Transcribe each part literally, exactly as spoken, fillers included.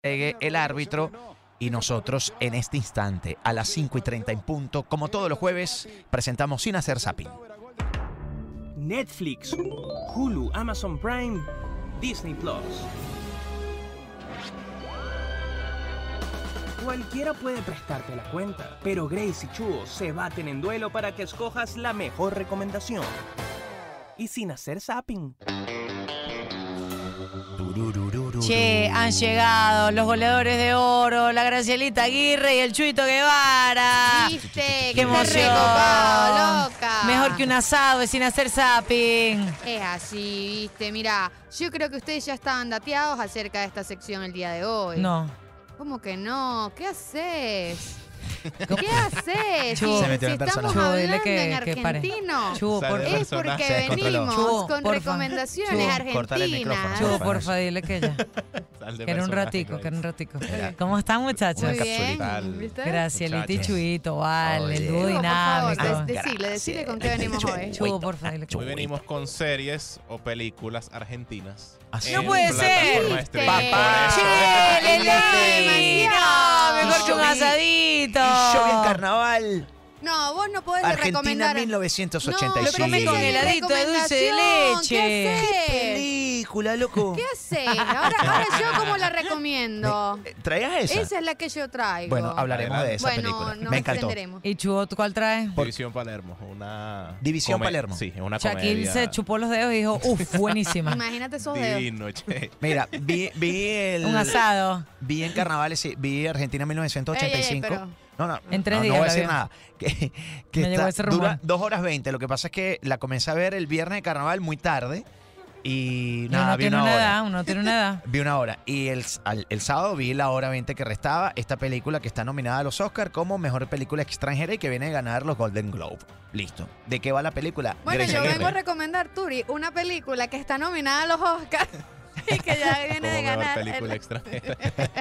Llegue el árbitro y nosotros en este instante, a las cinco y treinta en punto, como todos los jueves, presentamos Sin Hacer Zapping. Netflix, Hulu, Amazon Prime, Disney Plus. Cualquiera puede prestarte la cuenta, pero Grace y Chuo se baten en duelo para que escojas la mejor recomendación. Y sin hacer zapping. Che, han llegado los goleadores de oro, la Gracielita Aguirre y el Chuito Guevara. ¿Viste? ¡Qué emoción! Recopado, loca. Mejor que un asado y sin hacer zapping. Es así, viste. Mira, yo creo que ustedes ya estaban dateados acerca de esta sección el día de hoy. No. ¿Cómo que no? ¿Qué haces? ¿Qué haces? Chubo. Si, Se metió si en personaje. estamos Chubo, hablando dile que- en que pare. argentino, Chubo, Sale por de favor. es personaje. porque Se descontroló. venimos Chubo, con porfa. recomendaciones Chubo, córtale el micrófono. argentinas. Chubo, Chubo, porfa, dile que ya. Sal de Que era un personaje, ratico, que era un Grace. ratico. Mira. ¿Cómo están, muchachos? Muy Una bien, capsulita. ¿viste? Gracielita y Muchachos. Chuito, vale, el Oye. dúo Chubo, por favor, dinámico. de- decile, decile con qué venimos hoy. Chubo, porfa, dile que Hoy venimos con series o películas argentinas. Así. No en puede ser. plataforma de streaming. Papá. Por eso- ¡Che, Ay, Lelí! demasiado. No, mejor que un Y yo vi- asadito. Y yo vi en carnaval. No, vos no podés Argentina recomendar. mil novecientos ochenta y No, cinco. pero come con sí, heladito de dulce de recomendación, leche. ¿Qué haces? Película, loco. ¿Qué haces? Ahora, ahora yo cómo la recomiendo. Eh, ¿Traías esa? Esa es la que yo traigo. Bueno, hablaremos de esa Bueno, película. nos Me encantó. extenderemos. ¿Y Chubo, tú cuál traes? División Palermo, una... División come- Palermo. Sí, una Shaquille comedia. se chupó los dedos y dijo, uff, buenísima. Imagínate esos dedos. Divino, che. Mira, vi, vi el... Un asado. Vi en carnavales, sí, vi Argentina mil novecientos ochenta y cinco. Ey, ey, ey, pero- No, no, En tres no, días no voy a la decir vio. nada. Que, que Me llegó ese rumor. dura dos horas veinte. Lo que pasa es que la comencé a ver el viernes de carnaval muy tarde. Y Y nada, uno vi tiene una una hora. edad, uno tiene una edad. Vi una hora. Y el, al- el sábado vi la hora veinte que restaba. Esta película que está nominada a los Oscars como mejor película extranjera y que viene a ganar los Golden Globe. Listo. ¿De qué va la película? Bueno, Grace yo Aguirre. vengo a recomendar, Turi, una película que está nominada a los Oscars y que ya viene Como de mejor ganar. película el- extranjera.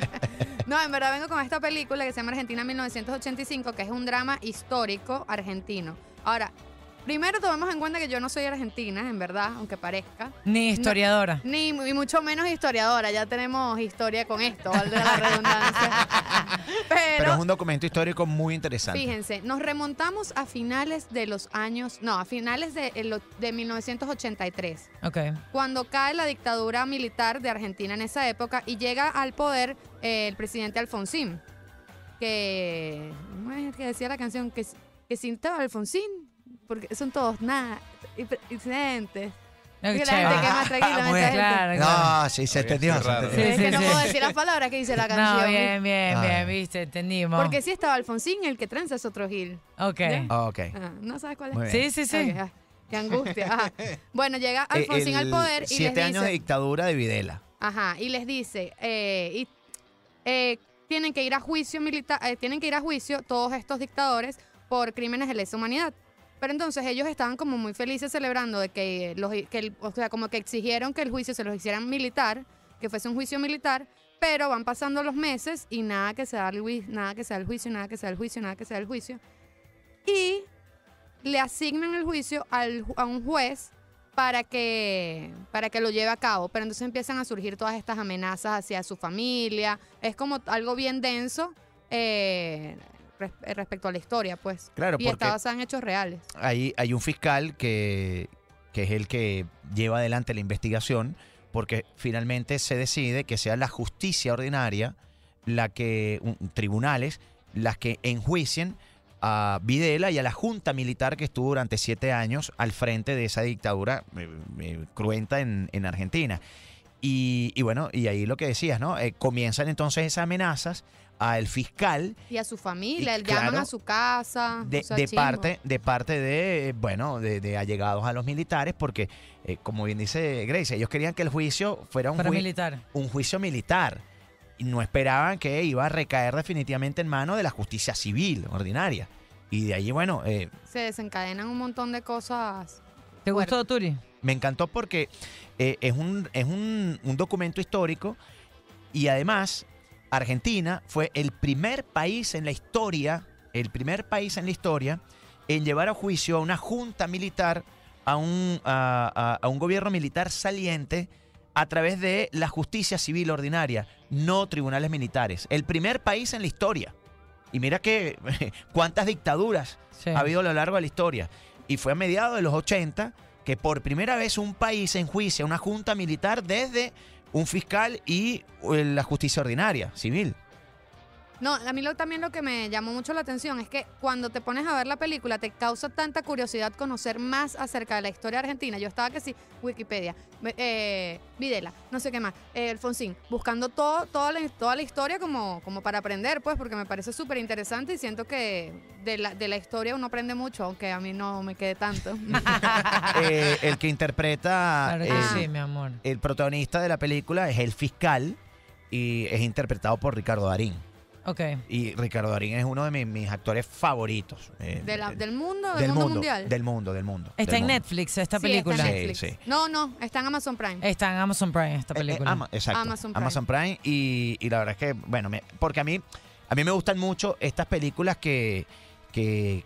No, en verdad vengo con esta película que se llama Argentina mil novecientos ochenta y cinco, que es un drama histórico argentino. Ahora, primero tomemos en cuenta que yo no soy argentina, en verdad, aunque parezca. Ni historiadora. Ni y mucho menos historiadora, ya tenemos historia con esto, valga la redundancia. Pero Pero, es un documento histórico muy interesante. fíjense, nos remontamos a finales de los años, no, a finales de, el- de mil novecientos ochenta y tres, Ok. cuando cae la dictadura militar de Argentina en esa época y llega al poder eh, el presidente Alfonsín, que, ¿cómo es que decía la canción? Que, que sin estaba Alfonsín, porque son todos nada, incidentes. No, Que qué la gente chévere. que es más tranquila, Ah, más muy bien. tranquila. Claro, claro. No, sí, se Oye, entendió. sí, se raro. entendió. Es Sí, que no sí. puedo decir las palabras que dice la canción. No, bien, bien, Ah. bien, viste, entendimos. Porque sí estaba Alfonsín, el que tranza es otro Gil. Ok. ¿Ya? Ah, ok. Ah, ¿no sabes cuál es? Muy bien. Sí, sí, sí. Ok, ah, qué angustia. Ajá. Bueno, llega Eh, Alfonsín al el poder y les Siete años de dice... dictadura de Videla. Ajá, y les dice... eh, y, eh, tienen que ir a juicio militar... eh, tienen que ir a juicio todos estos dictadores por crímenes de lesa humanidad. Pero entonces ellos estaban como muy felices celebrando de que, los, que el- o sea, como que exigieron que el juicio se los hicieran militar, que fuese un juicio militar, pero van pasando los meses y nada que se da el, jui- nada que sea el juicio, nada que sea el juicio, nada que sea el juicio. Y le asignan el juicio al, ju- a un juez para que, para que lo lleve a cabo. Pero entonces empiezan a surgir todas estas amenazas hacia su familia. Es como algo bien denso eh, res- respecto a la historia, pues. Claro, y porque está basada en hechos reales. hay, hay un fiscal que, que es el que lleva adelante la investigación, porque finalmente se decide que sea la justicia ordinaria, la que, un- tribunales, las que enjuicien a Videla y a la junta militar que estuvo durante siete años al frente de esa dictadura eh, eh, cruenta en, en Argentina. Y, y bueno, y ahí lo que decías, ¿no? Eh, comienzan entonces esas amenazas al fiscal Y a su familia, Y llaman claro, a su casa. de, o sea, de chimbo. parte de parte de eh, bueno de, de allegados a los militares, porque eh, como bien dice Grace, ellos querían que el juicio fuera un, Para jui- militar. un juicio militar y no esperaban que iba a recaer definitivamente en manos de la justicia civil ordinaria, y de ahí bueno eh, Se desencadenan un montón de cosas. ¿Te Bueno. gustó, Turi? me encantó porque eh, es un es un, un documento histórico, y además Argentina fue el primer país en la historia, el primer país en la historia en llevar a juicio a una junta militar, a un, a, a- a un gobierno militar saliente a través de la justicia civil ordinaria, no tribunales militares. El primer país en la historia. Y mira que cuántas dictaduras Sí. ha habido a lo largo de la historia. Y fue a mediados de los ochenta que por primera vez un país enjuicia una junta militar desde un fiscal y eh, la justicia ordinaria, civil. No, a mí lo, también lo que me llamó mucho la atención es que cuando te pones a ver la película te causa tanta curiosidad conocer más acerca de la historia argentina. Yo estaba que sí, Wikipedia, eh, Videla, no sé qué más, eh, Alfonsín, buscando todo, toda, la, toda la historia como, como para aprender, pues, porque me parece súper interesante y siento que de la, de la historia uno aprende mucho, aunque a mí no me quede tanto. Eh, el que interpreta Claro que eh, sí, mi amor. el protagonista de la película es el fiscal y es interpretado por Ricardo Darín. Ok. Y Ricardo Darín es uno de mis, mis actores favoritos. eh, De la- de- ¿Del mundo? ¿Del, del mundo, mundo, mundial? del mundo, del mundo. Está del en mundo. Netflix esta Sí, película. está en Sí, Netflix. sí. No, no, está en Amazon Prime. Está en Amazon Prime esta Eh, eh, película. Ama- exacto. Amazon Amazon Prime. Prime. y, y la verdad es que, bueno, me- porque a mí, a mí me gustan mucho estas películas que, que,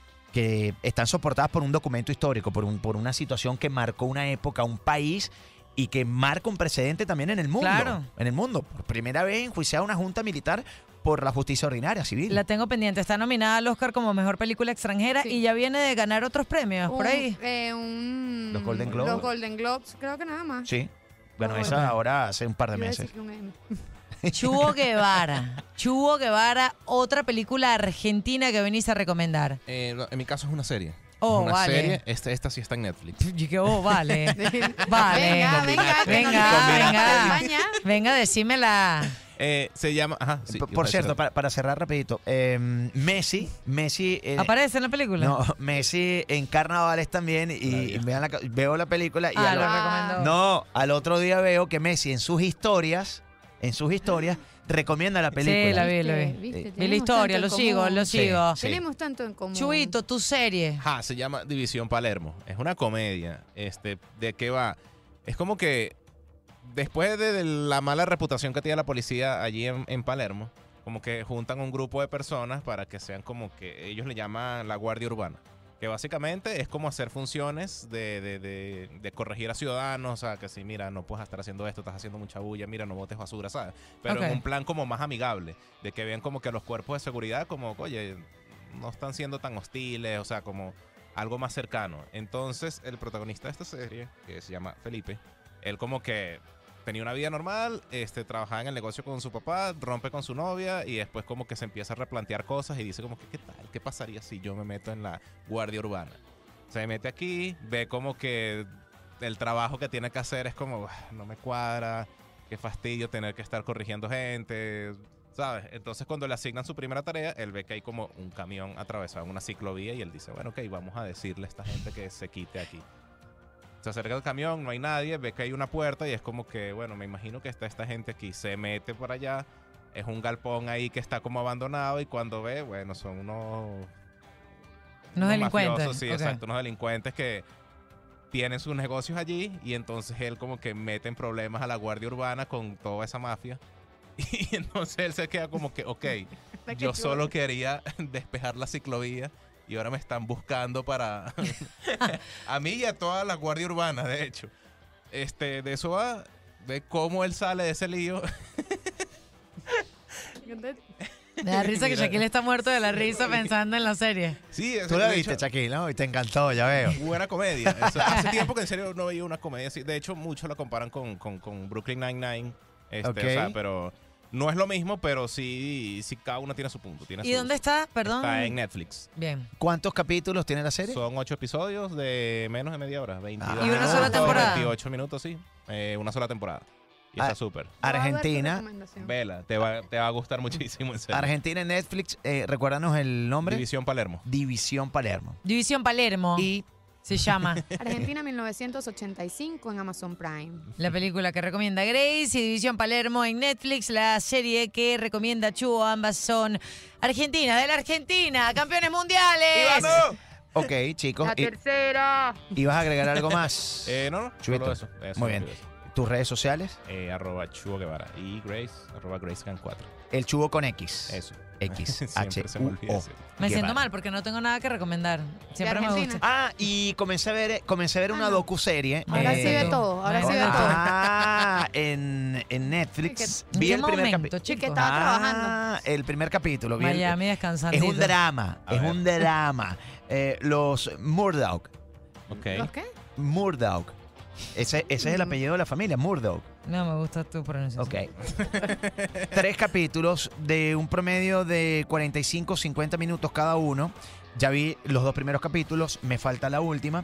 que están soportadas por un documento histórico, por, un, por una situación que marcó una época, un país y que marca un precedente también en el mundo. Claro. En el mundo. Por primera vez enjuiciada una junta militar por la justicia ordinaria civil. La tengo pendiente. Está nominada al Oscar como mejor película extranjera Sí. y ya viene de ganar otros premios por Un- ahí. eh, un- Los Golden Globes. Los Golden Globes, creo que nada más. Sí. Bueno, Ah, esa bueno. ahora hace un par de Iba a meses. decir que un Emmy. Chugo Guevara. Chugo Guevara, otra película argentina que venís a recomendar. Eh, no, en mi caso es una serie. Oh, Es una vale. serie. Esta, esta sí está en Netflix. Y que, oh, vale. Vale. Venga, venga, que Venga, nos vamos a venga. España. Venga, decímela. Eh, se llama. Ajá, sí, por yo por estaba cierto, diciendo- para, para cerrar rapidito, eh, Messi, Messi... eh, ¿Aparece en la película? no, Messi en carnavales también y, y vean la ca- veo la película y Ah, al, lo Ah. recomendó. no, al otro día veo que Messi en sus historias, en sus historias, recomienda la película. Sí, la vi, la vi. ¿Viste? ¿Viste? Eh, Vi la Tenemos historia, lo tanto en sigo, común. lo Sí, sigo. sí. Tenemos tanto en común. Chuito, tu serie. Ajá, se llama División Palermo. Es una comedia. Este, ¿de qué va? Es como que después de, de la mala reputación que tiene la policía allí en, en Palermo, como que juntan un grupo de personas para que sean como que ellos le llaman la Guardia Urbana. Que básicamente es como hacer funciones de, de, de, de corregir a ciudadanos, o sea, que si, mira, no puedes estar haciendo esto, estás haciendo mucha bulla, mira, no botes basura, ¿sabes? Pero Ok. en un plan como más amigable, de que vean como que los cuerpos de seguridad como, oye, no están siendo tan hostiles, o sea, como algo más cercano. Entonces, el protagonista de esta serie, que se llama Felipe, él como que tenía una vida normal, este, trabajaba en el negocio con su papá, rompe con su novia y después como que se empieza a replantear cosas y dice como que, ¿qué tal? ¿Qué pasaría si yo me meto en la Guardia Urbana? Se mete aquí, ve como que el trabajo que tiene que hacer es como, "Ah, no me cuadra, qué fastidio tener que estar corrigiendo gente", ¿sabes? Entonces cuando le asignan su primera tarea, él ve que hay como un camión atravesado en una ciclovía y él dice, bueno, ok, vamos a decirle a esta gente que se quite aquí. Se acerca al camión, no hay nadie, ve que hay una puerta y es como que, bueno, me imagino que está esta gente aquí. Se mete por allá, es un galpón ahí que está como abandonado y cuando ve, bueno, son unos... Unos delincuentes. mafiosos, sí, Ok. exacto, unos delincuentes que tienen sus negocios allí y entonces él como que mete en problemas a la Guardia Urbana con toda esa mafia. Y entonces él se queda como que, ok, yo solo quería despejar la ciclovía y ahora me están buscando para... a mí y a toda la Guardia Urbana, de hecho. Este, de eso va, de cómo él sale de ese lío. Me da risa que Mira. Shaquille está muerto de la risa pensando en la serie. Sí, Tú la de viste, hecho, Shaquille, ¿no? Y te encantó, ya veo. buena comedia. O sea, hace tiempo que en serio no veía una comedia así. De hecho, muchos la comparan con, con, con Brooklyn Nine-Nine. Este, Ok. o sea, pero no es lo mismo, pero sí, sí cada uno tiene su punto. Tiene ¿Y su- dónde está? Perdón. Está en Netflix. Bien. ¿Cuántos capítulos tiene la serie? Son ocho episodios de menos de media hora. veintidós ¿Y una sola minutos, temporada? veintiocho minutos, sí. Eh, una sola temporada. Y Ah, está súper. Argentina. Vela, te va, te va a gustar muchísimo, en serio. Argentina en Netflix, eh, recuérdanos el nombre. División Palermo. División Palermo. División Palermo Y se llama. Argentina mil novecientos ochenta y cinco en Amazon Prime. La película que recomienda Grace y División Palermo en Netflix, la serie que recomienda Chuo, ambas son argentinas, de la Argentina, campeones mundiales. ok, chicos, La y- tercera. ¿ibas a agregar algo más? Eh, no, no, Chubito. solo eso. eso, Muy bien. eso. ¿Tus redes sociales? Eh, arroba Chuo Guevara. Y Grace, arroba GraceCan cuatro. El Chubo con X. Eso. X, Siempre H, se me U, olvida O. decirlo. Me siento Guevara. mal porque no tengo nada que recomendar. Siempre me Argentina? gusta. Ah, y comencé a ver, comencé a ver Ah, una no. docuserie. Ahora eh, sí ve todo, ahora sí ve todo. Ah, en, en Netflix. ¿En Vi qué el primer momento, capítulo. chico? que estaba trabajando. el primer capítulo. vi el- Miami descansando. es un drama, A es ver. un drama. Eh, los Murdoch, Ok. ¿Los qué? Murdoch. Ese, ese es el Mm. apellido de la familia, Murdoch. No, me gusta tu pronunciación. Ok. Tres capítulos de un promedio de cuarenta y cinco, cincuenta minutos cada uno. Ya vi los dos primeros capítulos, me falta la última.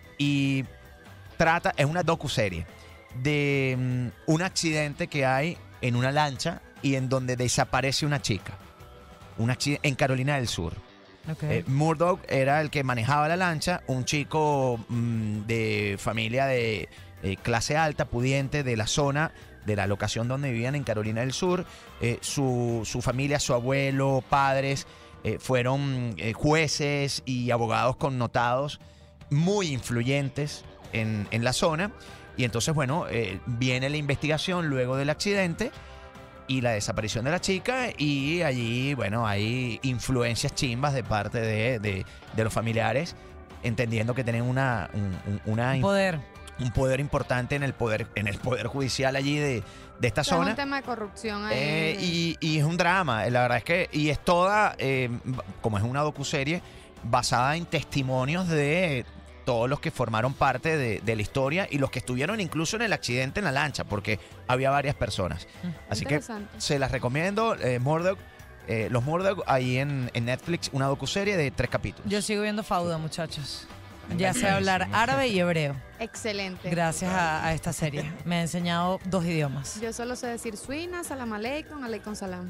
Y trata, es una docuserie de mm, un accidente que hay en una lancha y en donde desaparece una chica. Un accidente en Carolina del Sur. Ok. Eh, Murdoch era el que manejaba la lancha, un chico mm, de familia de eh, clase alta, pudiente, de la zona, de la locación donde vivían en Carolina del Sur. Eh, su, su familia, su abuelo, padres, eh, fueron eh, jueces y abogados connotados, muy influyentes en, en la zona. Y entonces, bueno, eh, viene la investigación luego del accidente y la desaparición de la chica, y allí, bueno, hay influencias chimbas de parte de, de- de los familiares, entendiendo que tienen una, un, un- una Un inf- poder. un poder importante en el poder, en el poder judicial allí de, de esta O sea, es zona. un tema de corrupción ahí. Eh, y, y es un drama, la verdad es que, y es toda, eh, como es una docuserie, basada en testimonios de todos los que formaron parte de, de la historia y los que estuvieron incluso en el accidente en la lancha, porque había varias personas. Así que Interesante. se las recomiendo, eh, Murdoch, eh, los Murdoch, ahí en, en Netflix, una docuserie de tres capítulos. Yo sigo viendo Fauda, muchachos. Ya sé Buenísimo. hablar árabe y hebreo. Excelente. Gracias a, a esta serie. Me ha enseñado dos idiomas. Yo solo sé decir suina, salam aleikum, aleikum salam.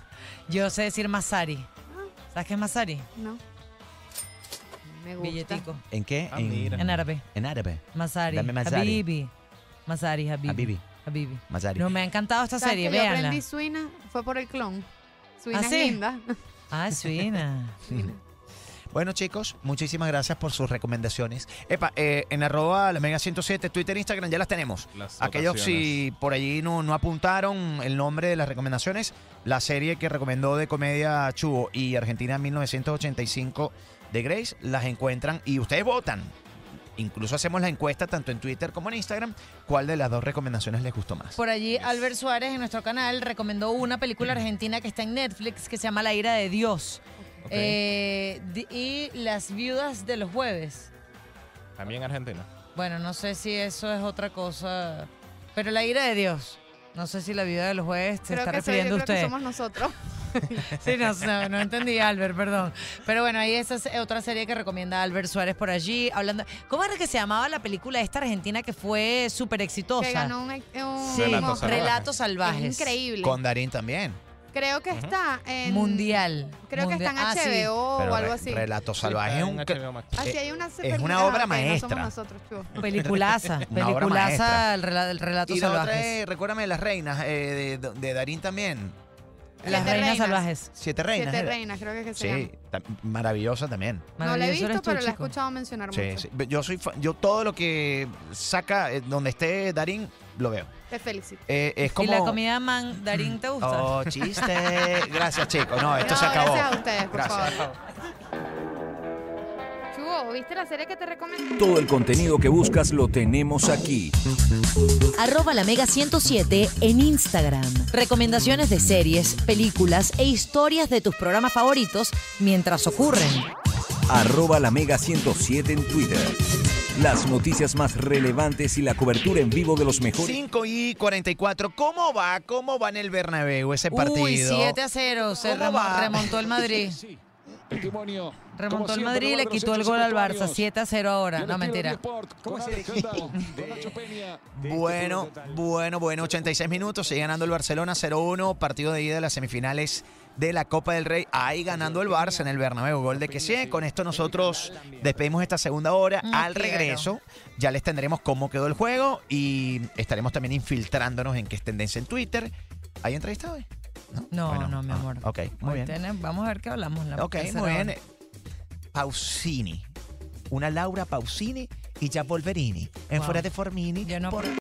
Yo sé decir Masari. ¿Sabes qué es Masari? No. Me gusta. Billetico. ¿En qué? Ah, en, mira. En árabe. en árabe. Masari. Dame Masari. Habibi. Masari, Habibi. Habibi. Habibi. Mazari. No, me ha encantado esta ¿Sabes serie, que yo véanla. aprendí suina? Fue por el clon. Suina ¿Ah, es sí? linda. Ah, suena. Bueno, chicos, muchísimas gracias por sus recomendaciones. Epa, eh, en arroba la Mega ciento siete, Twitter, Instagram, ya las tenemos. Las Aquellos ocasiones. si por allí no, no apuntaron el nombre de las recomendaciones, la serie que recomendó de comedia Chubo y Argentina mil novecientos ochenta y cinco de Grace, las encuentran y ustedes votan. Incluso hacemos la encuesta tanto en Twitter como en Instagram. ¿Cuál de las dos recomendaciones les gustó más? Por allí, Albert Suárez en nuestro canal recomendó una película argentina que está en Netflix que se llama La ira de Dios. Ok. Eh, di- y Las viudas de los jueves. También Argentina. Bueno, no sé si eso es otra cosa. Pero La ira de Dios. No sé si La viuda de los jueves se Creo está que, soy, refiriendo a creo que usted. somos nosotros. Sí, no, no, no entendí, Albert, perdón. Pero bueno, ahí esa es otra serie que recomienda Albert Suárez por allí. Hablando. ¿Cómo era que se llamaba la película esta argentina que fue súper exitosa? Que ganó un, un Sí, Relatos salvajes. Relatos Salvajes. Es increíble. Con Darín también. Creo que está en... Mundial. Creo que está en Mundial. Ah, sí. H B O Pero o algo re- así. Relatos Sí, Salvajes está es un... en H B O Max. Ah, sí, hay una es una obra maestra. No somos nosotros, Chubo. Peliculaza, Una obra peliculaza maestra. el, rela- el Relatos Y la otra Salvajes. es, recuérdame, Las Reinas, eh, de, de Darín también. Las Siete Reinas Reinas. Salvajes. Siete Reinas. Siete era. Reinas, creo que es que se Sí, llama. ta- maravillosa también. No la he Maravilloso eres visto, tú, pero la he chico. escuchado mencionar Sí, mucho. sí. Yo soy fa- yo todo lo que saca eh, donde esté Darín lo veo. Te felicito. Eh, es como ¿Y la comida mandarín te gusta? Oh, chiste. Gracias, chicos. No, esto No, se acabó. gracias a ustedes, por Gracias. favor. Chubo, ¿viste la serie que te recomendé? Todo el contenido que buscas lo tenemos aquí. Arroba la Mega ciento siete en Instagram. Recomendaciones de series, películas e historias de tus programas favoritos mientras ocurren. Arroba la Mega ciento siete en Twitter. Las noticias más relevantes y la cobertura en vivo de los mejores. cinco y cuarenta y cuatro. ¿Cómo va? ¿Cómo va en el Bernabéu ese partido? Uy, siete a cero. Se ¿Cómo remo- va? remontó el Madrid. Testimonio. Remontó el Madrid y le quitó el gol al Barça. siete a cero ahora. No, mentira. Bueno, bueno, bueno. ochenta y seis minutos. Sigue ganando el Barcelona cero uno. Partido de ida de las semifinales de la Copa del Rey. Ahí ganando el Barça en el Bernabéu. Gol de Kessie. Con esto nosotros despedimos esta segunda hora. No Al quiero. regreso ya les tendremos cómo quedó el juego y estaremos también infiltrándonos en qué es tendencia en Twitter. ¿Hay entrevista hoy? No, Bueno, no, mi ah, amor. ok, muy Hoy bien. tenemos- vamos a ver qué hablamos. en la Ok, tercera muy bien. hora. Pausini. Una Laura Pausini y ya Wolverini. En Wow. Fuera de Formini. Yo no- por